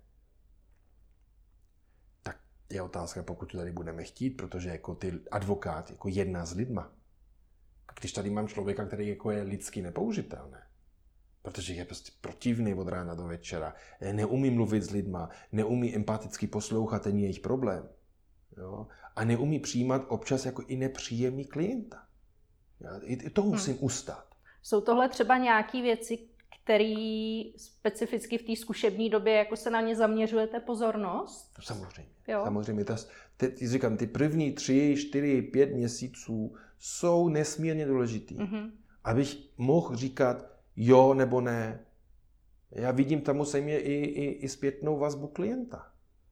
S2: tak je otázka, pokud to tady budeme chtít, protože jako ty advokát jako jedná s lidma. Když tady mám člověka, který jako je lidsky nepoužitelný, protože je prostě protivný od rána do večera, neumí mluvit s lidma, neumí empaticky poslouchat ten jejich problém. Jo? A neumí přijímat občas jako i nepříjemný klienta. I to musím ustát.
S1: Jsou tohle třeba nějaké věci, které specificky v té zkušební době jako se na ně zaměřujete pozornost?
S2: Samozřejmě.
S1: Jo.
S2: Samozřejmě. Říkám, ty první 3, 4, 5 měsíců jsou nesmírně důležitý. Abych mohl říkat jo nebo ne. Já vidím tam samozřejmě i zpětnou vazbu klienta.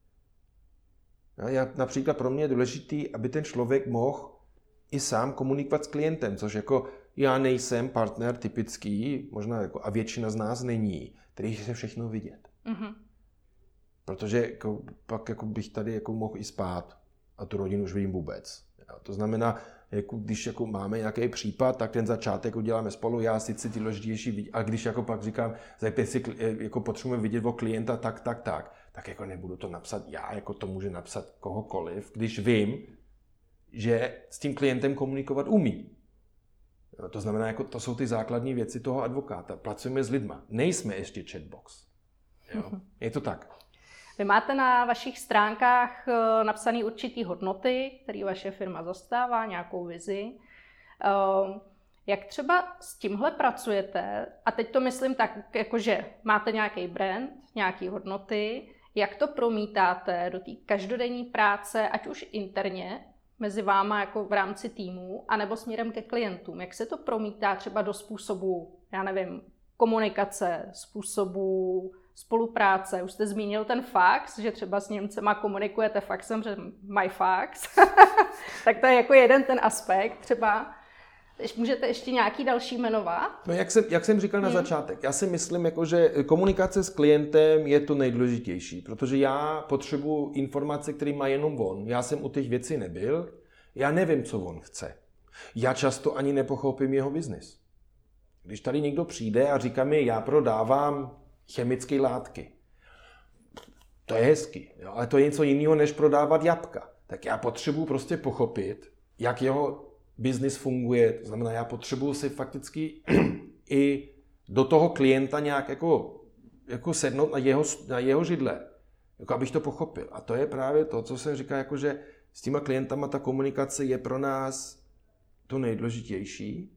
S2: Například pro mě je důležitý, aby ten člověk mohl i sám komunikovat s klientem, což jako já nejsem partner typický, možná jako, a většina z nás není, který chce všechno vidět. Protože jako, pak jako bych tady jako mohl i spát a tu rodinu už vidím vůbec. To znamená, jako, když jako máme nějaký případ, tak ten začátek uděláme spolu, já sice ty důležitější vidím, a když jako pak říkám, si jako potřebujeme vidět o klienta tak jako nebudu to napsat já, jako to může napsat kohokoliv, když vím, že s tím klientem komunikovat umí. Jo, to znamená, jako to jsou ty základní věci toho advokáta. Pracujeme s lidma. Nejsme ještě chatbox. Jo? Je to tak.
S1: Vy máte na vašich stránkách napsané určitý hodnoty, které vaše firma zastává, nějakou vizi. Jak třeba s tímhle pracujete? A teď to myslím tak, jakože máte nějaký brand, nějaké hodnoty. Jak to promítáte do té každodenní práce, ať už interně, mezi váma jako v rámci týmu, anebo směrem ke klientům? Jak se to promítá třeba do způsobu, já nevím, komunikace, způsobu spolupráce? Už jste zmínil ten fax, že třeba s Němcema komunikujete faxem, že my fax. Tak to je jako jeden ten aspekt třeba. Můžete ještě nějaký další jmenovat?
S2: No, jak jsem říkal na začátek, já si myslím, jako, že komunikace s klientem je to nejdůležitější, protože já potřebuji informace, které má jenom on. Já jsem u těch věcí nebyl, já nevím, co on chce. Já často ani nepochopím jeho biznis. Když tady někdo přijde a říká mi, já prodávám chemické látky, to je hezky, jo, ale to je něco jiného, než prodávat jablka. Tak já potřebuji prostě pochopit, jak jeho biznis funguje, to znamená, já potřebuji si fakticky i do toho klienta nějak jako sednout na jeho židle, jako abych to pochopil. A to je právě to, co jsem říkal, jako že s těma klientama ta komunikace je pro nás to nejdůležitější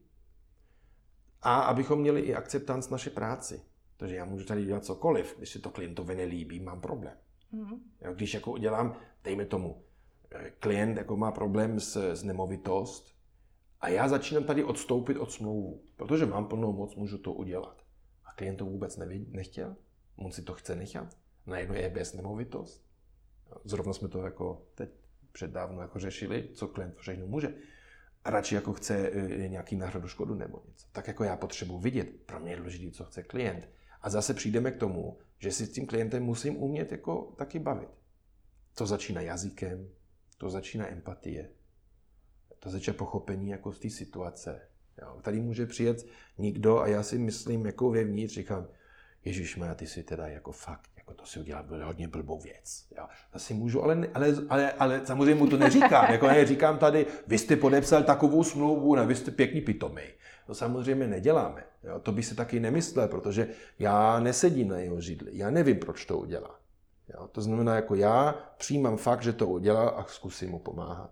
S2: a abychom měli i akceptanc naše práci. Takže já můžu tady dělat cokoliv, když se to klientovi nelíbí, mám problém. Když jako udělám, dejme tomu, klient jako má problém s nemovitost a já začínám tady odstoupit od smlouvu, protože mám plnou moc, můžu to udělat. A klient to vůbec nechtěl, on si to chce nechat, najednou je bez nemovitost. Zrovna jsme to jako teď předdávno jako řešili, co klient všechno může. A radši jako chce nějaký náhradu škodu nebo něco. Tak jako já potřebuji vidět, pro mě je důležité, co chce klient. A zase přijdeme k tomu, že si s tím klientem musím umět jako taky bavit. To začíná jazykem, to začíná empatie, to začíná pochopení jako z té situace. Jo. Tady může přijet někdo a já si myslím jako vevnitř, říkám, ježišmarja, ty si teda jako fakt, jako to si udělal hodně blbou věc. Jo. To si můžu, ale samozřejmě mu to neříkám. Jako neříkám tady, vy jste podepsal takovou smlouvu, vy jste pěkný pitomej. To samozřejmě neděláme. Jo. To by se taky nemyslel, protože já nesedím na jeho židli. Já nevím, proč to udělá. Jo. To znamená, jako já přijímám fakt, že to udělá a zkusím mu pomáhat.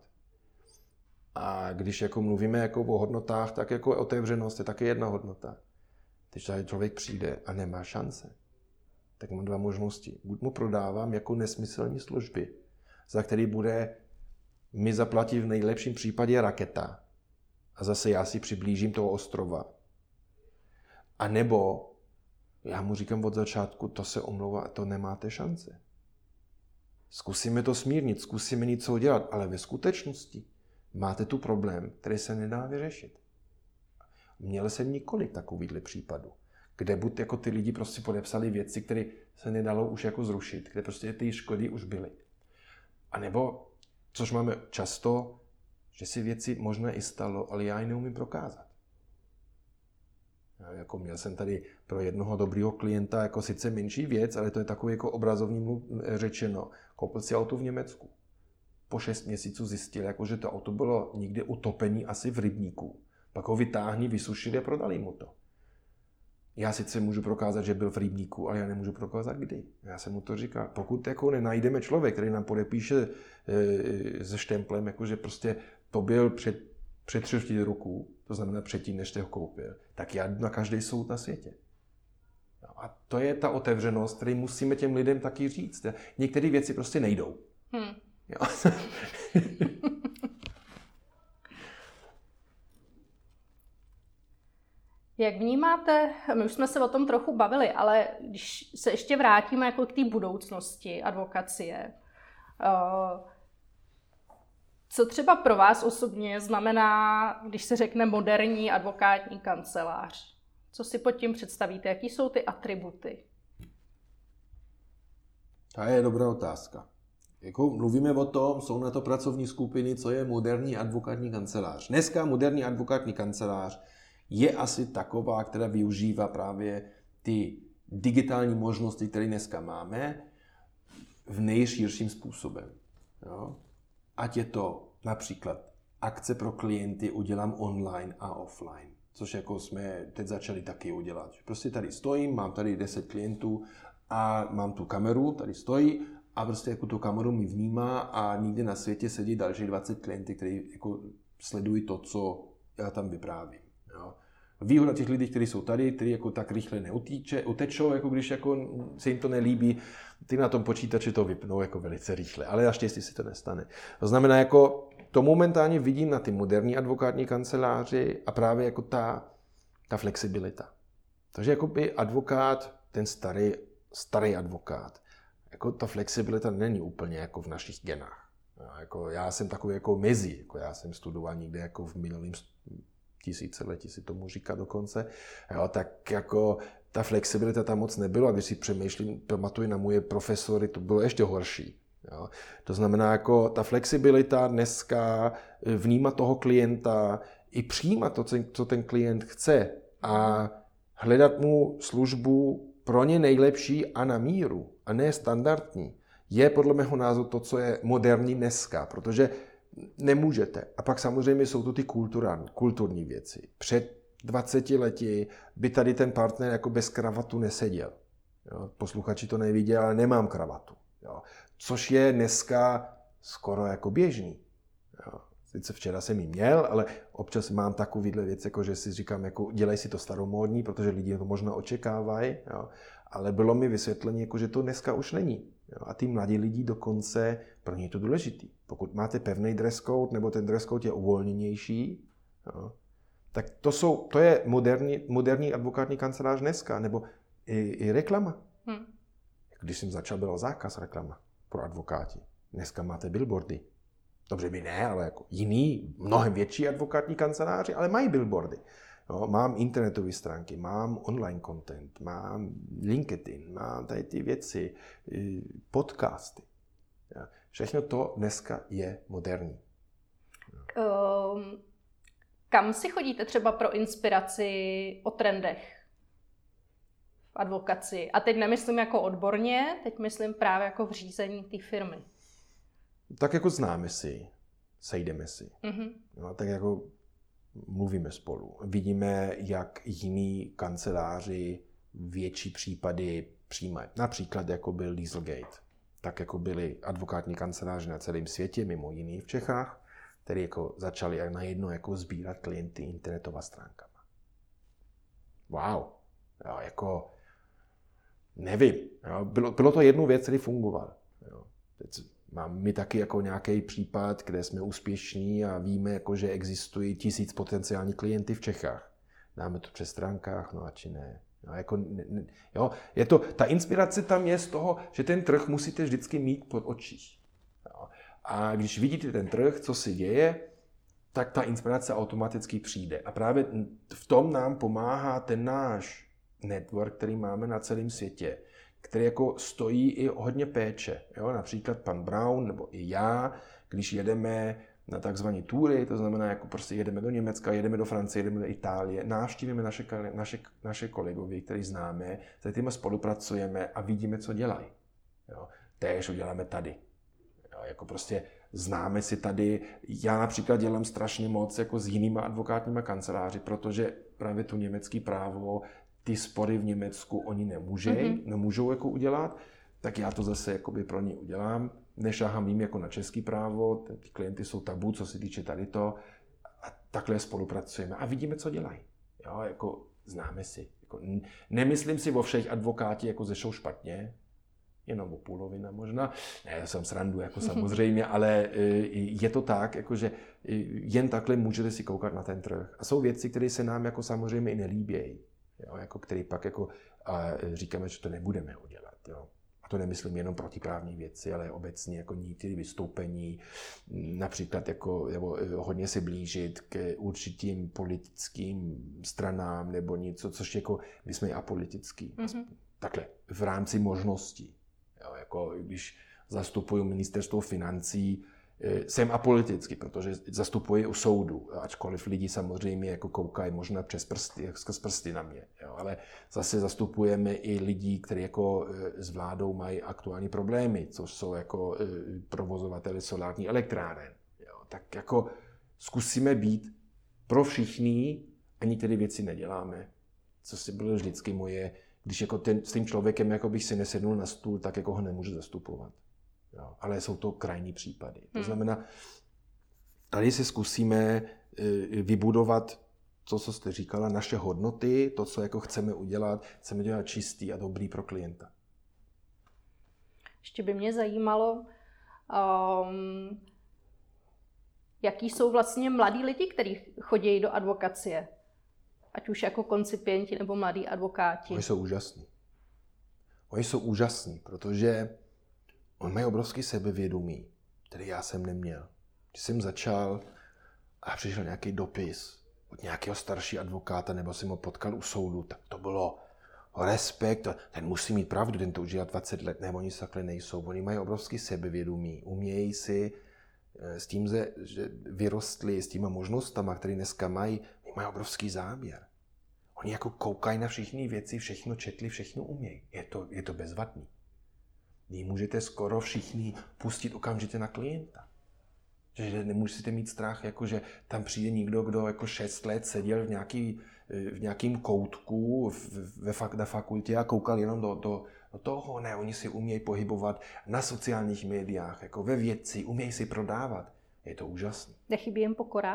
S2: A když jako mluvíme jako o hodnotách, tak jako otevřenost je taky jedna hodnota. Když tady člověk přijde a nemá šance, tak mám dva možnosti. Buď mu prodávám jako nesmyslné služby, za který bude mi zaplatit v nejlepším případě raketa. A zase já si přiblížím toho ostrova. A nebo já mu říkám od začátku, to se omlouvá, to nemáte šance. Zkusíme to smírnit, zkusíme něco dělat, ale ve skutečnosti máte tu problém, který se nedá vyřešit. Měl jsem několik takovýchhle případů, kde buď jako ty lidi prostě podepsali věci, které se nedalo už jako zrušit, kde prostě ty škody už byly. A nebo, což máme často, že si věci možná i stalo, ale já ji neumím prokázat. Jako měl jsem tady pro jednoho dobrýho klienta jako sice menší věc, ale to je takový jako obrazovní řečeno. Koupil si auto v Německu. Po 6 měsíců zjistil, jako, že to auto bylo někde utopení asi v rybníku. Pak ho vytáhli, vysušili a prodali mu to. Já sice můžu prokázat, že byl v rybníku, ale já nemůžu prokázat kdy. Já jsem mu to říkal. Pokud jako nenajdeme člověk, který nám podepíše se štemplem, jako, že prostě to byl před 3 roku, to znamená předtím, než jste ho koupil, tak já jdu na každý soud na světě. No a to je ta otevřenost, který musíme těm lidem taky říct. Některé věci prostě nejdou. Jo.
S1: Jak vnímáte, my už jsme se o tom trochu bavili, ale když se ještě vrátíme jako k té budoucnosti advokacie, co třeba pro vás osobně znamená, když se řekne moderní advokátní kancelář? Co si pod tím představíte? Jaký jsou ty atributy?
S2: To je dobrá otázka. Jako mluvíme o tom, jsou na to pracovní skupiny, co je moderní advokátní kancelář. Dneska moderní advokátní kancelář je asi taková, která využívá právě ty digitální možnosti, které dneska máme, v nejširším způsobem. Jo? Ať je to například akce pro klienty udělám online a offline, což jako jsme teď začali taky udělat. Prostě tady stojím, mám tady 10 klientů a mám tu kameru, tady stojí a prostě jako tu kameru mi vnímá a nikde na světě sedí další 20 klientů, kteří jako sledují to, co já tam vyprávím. Jo. Výhoda těch lidí, kteří jsou tady, kteří jako tak rychle utečou, jako když jako se jim to nelíbí, ty na tom počítači to vypnou jako velice rychle, ale naštěstí si to nestane. To znamená, jako to momentálně vidím na ty moderní advokátní kanceláři a právě jako ta flexibilita. Takže jako by advokát, ten starý advokát, jako ta flexibilita není úplně jako v našich genách. Jako já jsem takový jako mezi, jako já jsem studoval někde jako v minulém tisíciletí, si tomu říká dokonce, jo, tak jako ta flexibilita tam moc nebyla, když si přemýšlím, pamatuju na moje profesory, to bylo ještě horší. Jo. To znamená, jako ta flexibilita dneska vnímat toho klienta i přijímat to, co ten klient chce a hledat mu službu pro ně nejlepší a na míru a ne standardní, je podle mého názoru to, co je moderní dneska, protože nemůžete. A pak samozřejmě jsou to ty kulturní věci. Před 20 by tady ten partner jako bez kravatu neseděl. Jo? Posluchači to neviděli, ale nemám kravatu. Jo? Což je dneska skoro jako běžný. Jo? Sice včera jsem ji měl, ale občas mám takovýhle věc, jako že si říkám, jako dělej si to staromódní, protože lidi to možná očekávají. Jo? Ale bylo mi vysvětlení, jako, že to dneska už není. Jo? A ty mladí lidi dokonce, pro ně je to důležitý. Pokud máte pevný dress code, nebo ten dress code je uvolněnější, jo? Tak to je moderní advokátní kancelář dneska, nebo i reklama. Když jsem začal, byl zákaz reklama pro advokáti. Dneska máte billboardy. Dobře, my ne, ale jako jiný, mnohem větší advokátní kanceláři, ale mají billboardy. Jo, mám internetové stránky, mám online content, mám LinkedIn, mám tady ty věci, podcasty. Všechno to dneska je moderní.
S1: Kam si chodíte třeba pro inspiraci o trendech v advokaci? A teď nemyslím jako odborně, teď myslím právě jako v řízení té firmy.
S2: Tak jako známe si, sejdeme si. No, tak jako mluvíme spolu. Vidíme, jak jiní kanceláři větší případy přijímají. Například jako byl Dieselgate. Tak jako byly advokátní kanceláře na celém světě, mimo jiný v Čechách, který jako začali najednou jako sbírat klienty internetová stránkama. Wow. Jo, jako nevím. Jo, bylo to jednu věc, který fungoval. Jo. Teď mám my taky jako nějaký případ, kde jsme úspěšní a víme, jako, že existují 1000 potenciálních klientů v Čechách. Dáme to přes stránkách, no a či ne. No, jako, jo, je to, ta inspirace tam je z toho, že ten trh musíte vždycky mít pod očích. Jo. A když vidíte ten trh, co se děje, tak ta inspirace automaticky přijde. A právě v tom nám pomáhá ten náš network, který máme na celém světě, který jako stojí i hodně péče. Jo? Například pan Brown nebo i já, když jedeme na takzvané tury, to znamená, jako prostě jedeme do Německa, jedeme do Francie, jedeme do Itálie, návštívíme naše kolegové, který známe, s kterými spolupracujeme a vidíme, co dělají. Jo? Též uděláme tady. Jo? Jako prostě známe si tady. Já například dělám strašně moc jako s jinýma advokátníma kanceláři, protože právě to německé právo, ty spory v Německu oni nemůžou jako udělat, tak já to zase jakoby pro ně udělám. Nešáhám jim jako na český právo, ty klienty jsou tabu, co se týče tady to. A takhle spolupracujeme a vidíme, co dělají. Jo, jako známe si. Jako, nemyslím si o všech advokáti, jako ze jsou špatně, jenom o půlovina možná. Ne, já jsem srandu, jako samozřejmě, ale je to tak, jako, že jen takhle můžete si koukat na ten trh. A jsou věci, které se nám jako samozřejmě i nelíbějí. Jo, jako který pak jako říkáme, že to nebudeme udělat. Jo. A to nemyslím jenom protiprávní věci, ale obecně jako některé vystoupení, například jako hodně se blížit k určitým politickým stranám nebo něco, což jako my jsme apolitický. Takhle, v rámci možností. Jo, jako když zastupuju ministerstvo financí, jsem apolitický, protože zastupuji u soudu, ačkoliv lidi samozřejmě jako koukají možná skrz prsty na mě. Jo, ale zase zastupujeme i lidi, kteří jako s vládou mají aktuální problémy, což jsou jako provozovateli solární elektráren. Jo, tak jako zkusíme být pro všichni a některé věci neděláme. Co si bylo vždycky moje, když jako s tím člověkem jako bych si nesednul na stůl, tak jako ho nemůžu zastupovat. Jo, ale jsou to krajní případy. To znamená, tady si zkusíme vybudovat to, co jste říkala, naše hodnoty, to, co jako chceme udělat čistý a dobrý pro klienta.
S1: Ještě by mě zajímalo, jaký jsou vlastně mladí lidi, kteří chodí do advokacie. Ať už jako koncipienti nebo mladí advokáti.
S2: Oni jsou úžasní, protože oni mají obrovský sebevědomí, který já jsem neměl. Když jsem začal a přišel nějaký dopis od nějakého staršího advokáta, nebo jsem ho potkal u soudu, tak to bylo respekt. Ten musí mít pravdu, ten to už dělá 20 let. Ne, oni takhle nejsou. Oni mají obrovský sebevědomí. Umějí si s tím, že vyrostli s těma možnostama, které dneska mají obrovský záběr. Oni jako koukají na všechny věci, všechno četli, všechno umějí. Je to bezvadný. Vy můžete skoro všichni pustit okamžitě na klienta. Že nemusíte mít strach, jako že tam přijde někdo, kdo jako 6 let seděl v nějakým koutku na fakultě a koukal jenom do toho. Ne, oni si umějí pohybovat na sociálních médiách, jako ve věci, umějí si prodávat. Je to úžasné.
S1: Nechybí jim pokora?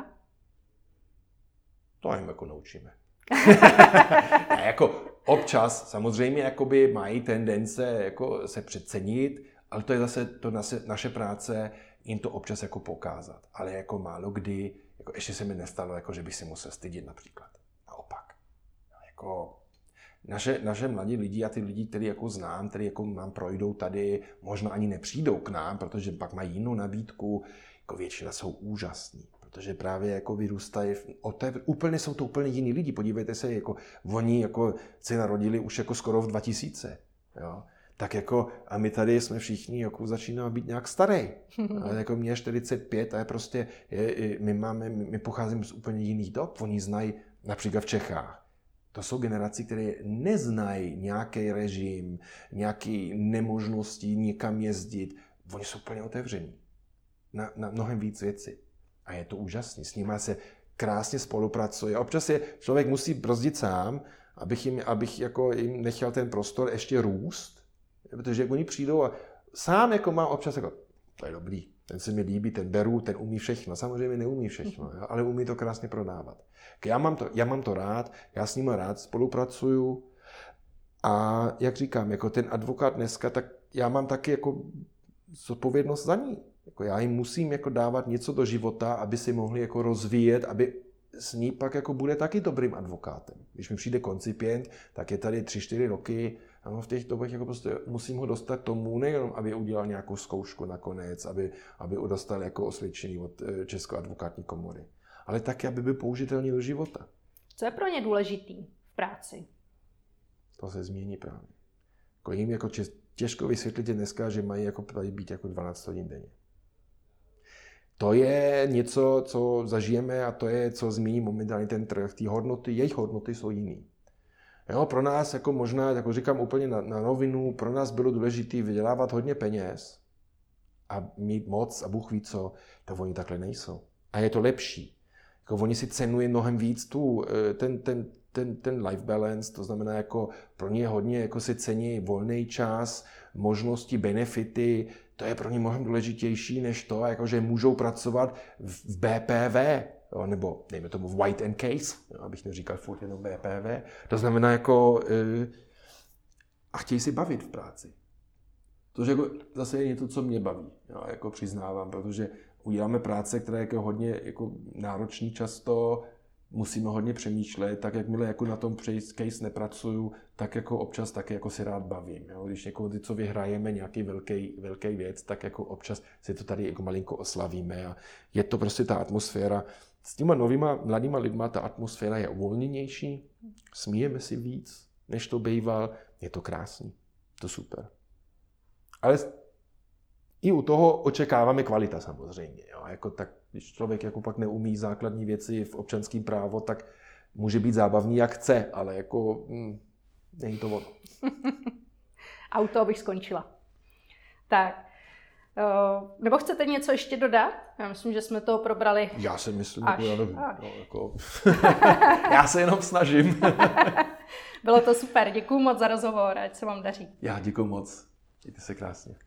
S2: To jim jako naučíme. Ne, jako občas samozřejmě jakoby mají tendence jako se přecenit, ale to je zase naše práce jim to občas jako pokázat. Ale jako málo kdy, jako ještě se mi nestalo, jako že bych si musel stydět například. Naopak. Jako naše mladí lidi a ty lidi, který jako znám, který jako nám projdou tady, možná ani nepřijdou k nám, protože pak mají jinou nabídku, jako většina jsou úžasní. Protože právě jako vyrůstají, jsou to úplně jiní lidi. Podívejte se, jako oni jako se narodili už jako skoro v 2000. Jo? Tak jako, a my tady jsme všichni jako začínáme být nějak starý. Jako mě je 45 a prostě my pocházíme z úplně jiných dob. Oni znají například v Čechách. To jsou generace, které neznají nějaký režim, nějaké nemožnosti někam jezdit. Oni jsou úplně otevření na mnohem víc věcí. A je to úžasné. S nimi se krásně spolupracuje. Občas je člověk musí brzdit sám, abych jako jim nechal ten prostor ještě růst. Protože oni přijdou a sám jako mám občas jako, to je dobrý, ten se mi líbí, ten beru, ten umí všechno. Samozřejmě neumí všechno, jo, ale umí to krásně prodávat. Já mám to rád, já s nimi rád spolupracuju a jak říkám, jako ten advokát dneska, tak já mám taky jako zodpovědnost za ní. Jako já jim musím jako dávat něco do života, aby si mohli jako rozvíjet, aby s ní pak jako bude taky dobrým advokátem. Když mi přijde koncipient, tak je tady 3-4 roky a v těch dobách jako prostě musím ho dostat tomu, nejenom aby udělal nějakou zkoušku nakonec, aby dostal jako osvědčení od České advokátní komory, ale taky, aby byl použitelný do života.
S1: Co je pro ně důležitý v práci?
S2: To se změní právě. Jako jim jako těžko vysvětlit dneska, že mají jako být jako 12 hodin denně. To je něco, co zažijeme a to je, co změní momentálně ten trh. Ty hodnoty, jejich hodnoty jsou jiný. Jo, pro nás, jako možná, jako říkám úplně na rovinu, pro nás bylo důležité vydělávat hodně peněz a mít moc a Bůh ví co, to oni takhle nejsou. A je to lepší. Jako oni si cenují mnohem víc ten life balance, to znamená, jako pro ně hodně jako si cení volný čas, možnosti, benefity, to je pro ně mnohem důležitější než to, jako že můžou pracovat v BPV, jo, nebo dejme tomu v White and Case, jo, abych neříkal furt jenom BPV. To znamená jako a chtějí si bavit v práci. Což jako zase je něco, co mě baví, jo, jako přiznávám, protože uděláme práce, která je jako hodně jako náročný často, musíme hodně přemýšlet, tak jakmile jako na tom case nepracuju, tak jako občas taky jako si rád bavím. Jo? Když jako ty, co vyhrajeme nějaký velký věc, tak jako občas si to tady jako malinko oslavíme a je to prostě ta atmosféra. S těma novýma mladýma lidma ta atmosféra je uvolněnější, smíjeme si víc, než to býval, je to krásný, to super. Ale i u toho očekáváme kvalita samozřejmě. Jo? Jako tak, když člověk jako pak neumí základní věci v občanském právu, tak může být zábavný, jak chce, ale jako není to ono.
S1: A u toho bych skončila. Tak, nebo chcete něco ještě dodat? Já myslím, že jsme toho probrali.
S2: Já si myslím, já se jenom snažím.
S1: Bylo to super, děkuju moc za rozhovor, ať se vám daří.
S2: Já děkuju moc, mějte se krásně.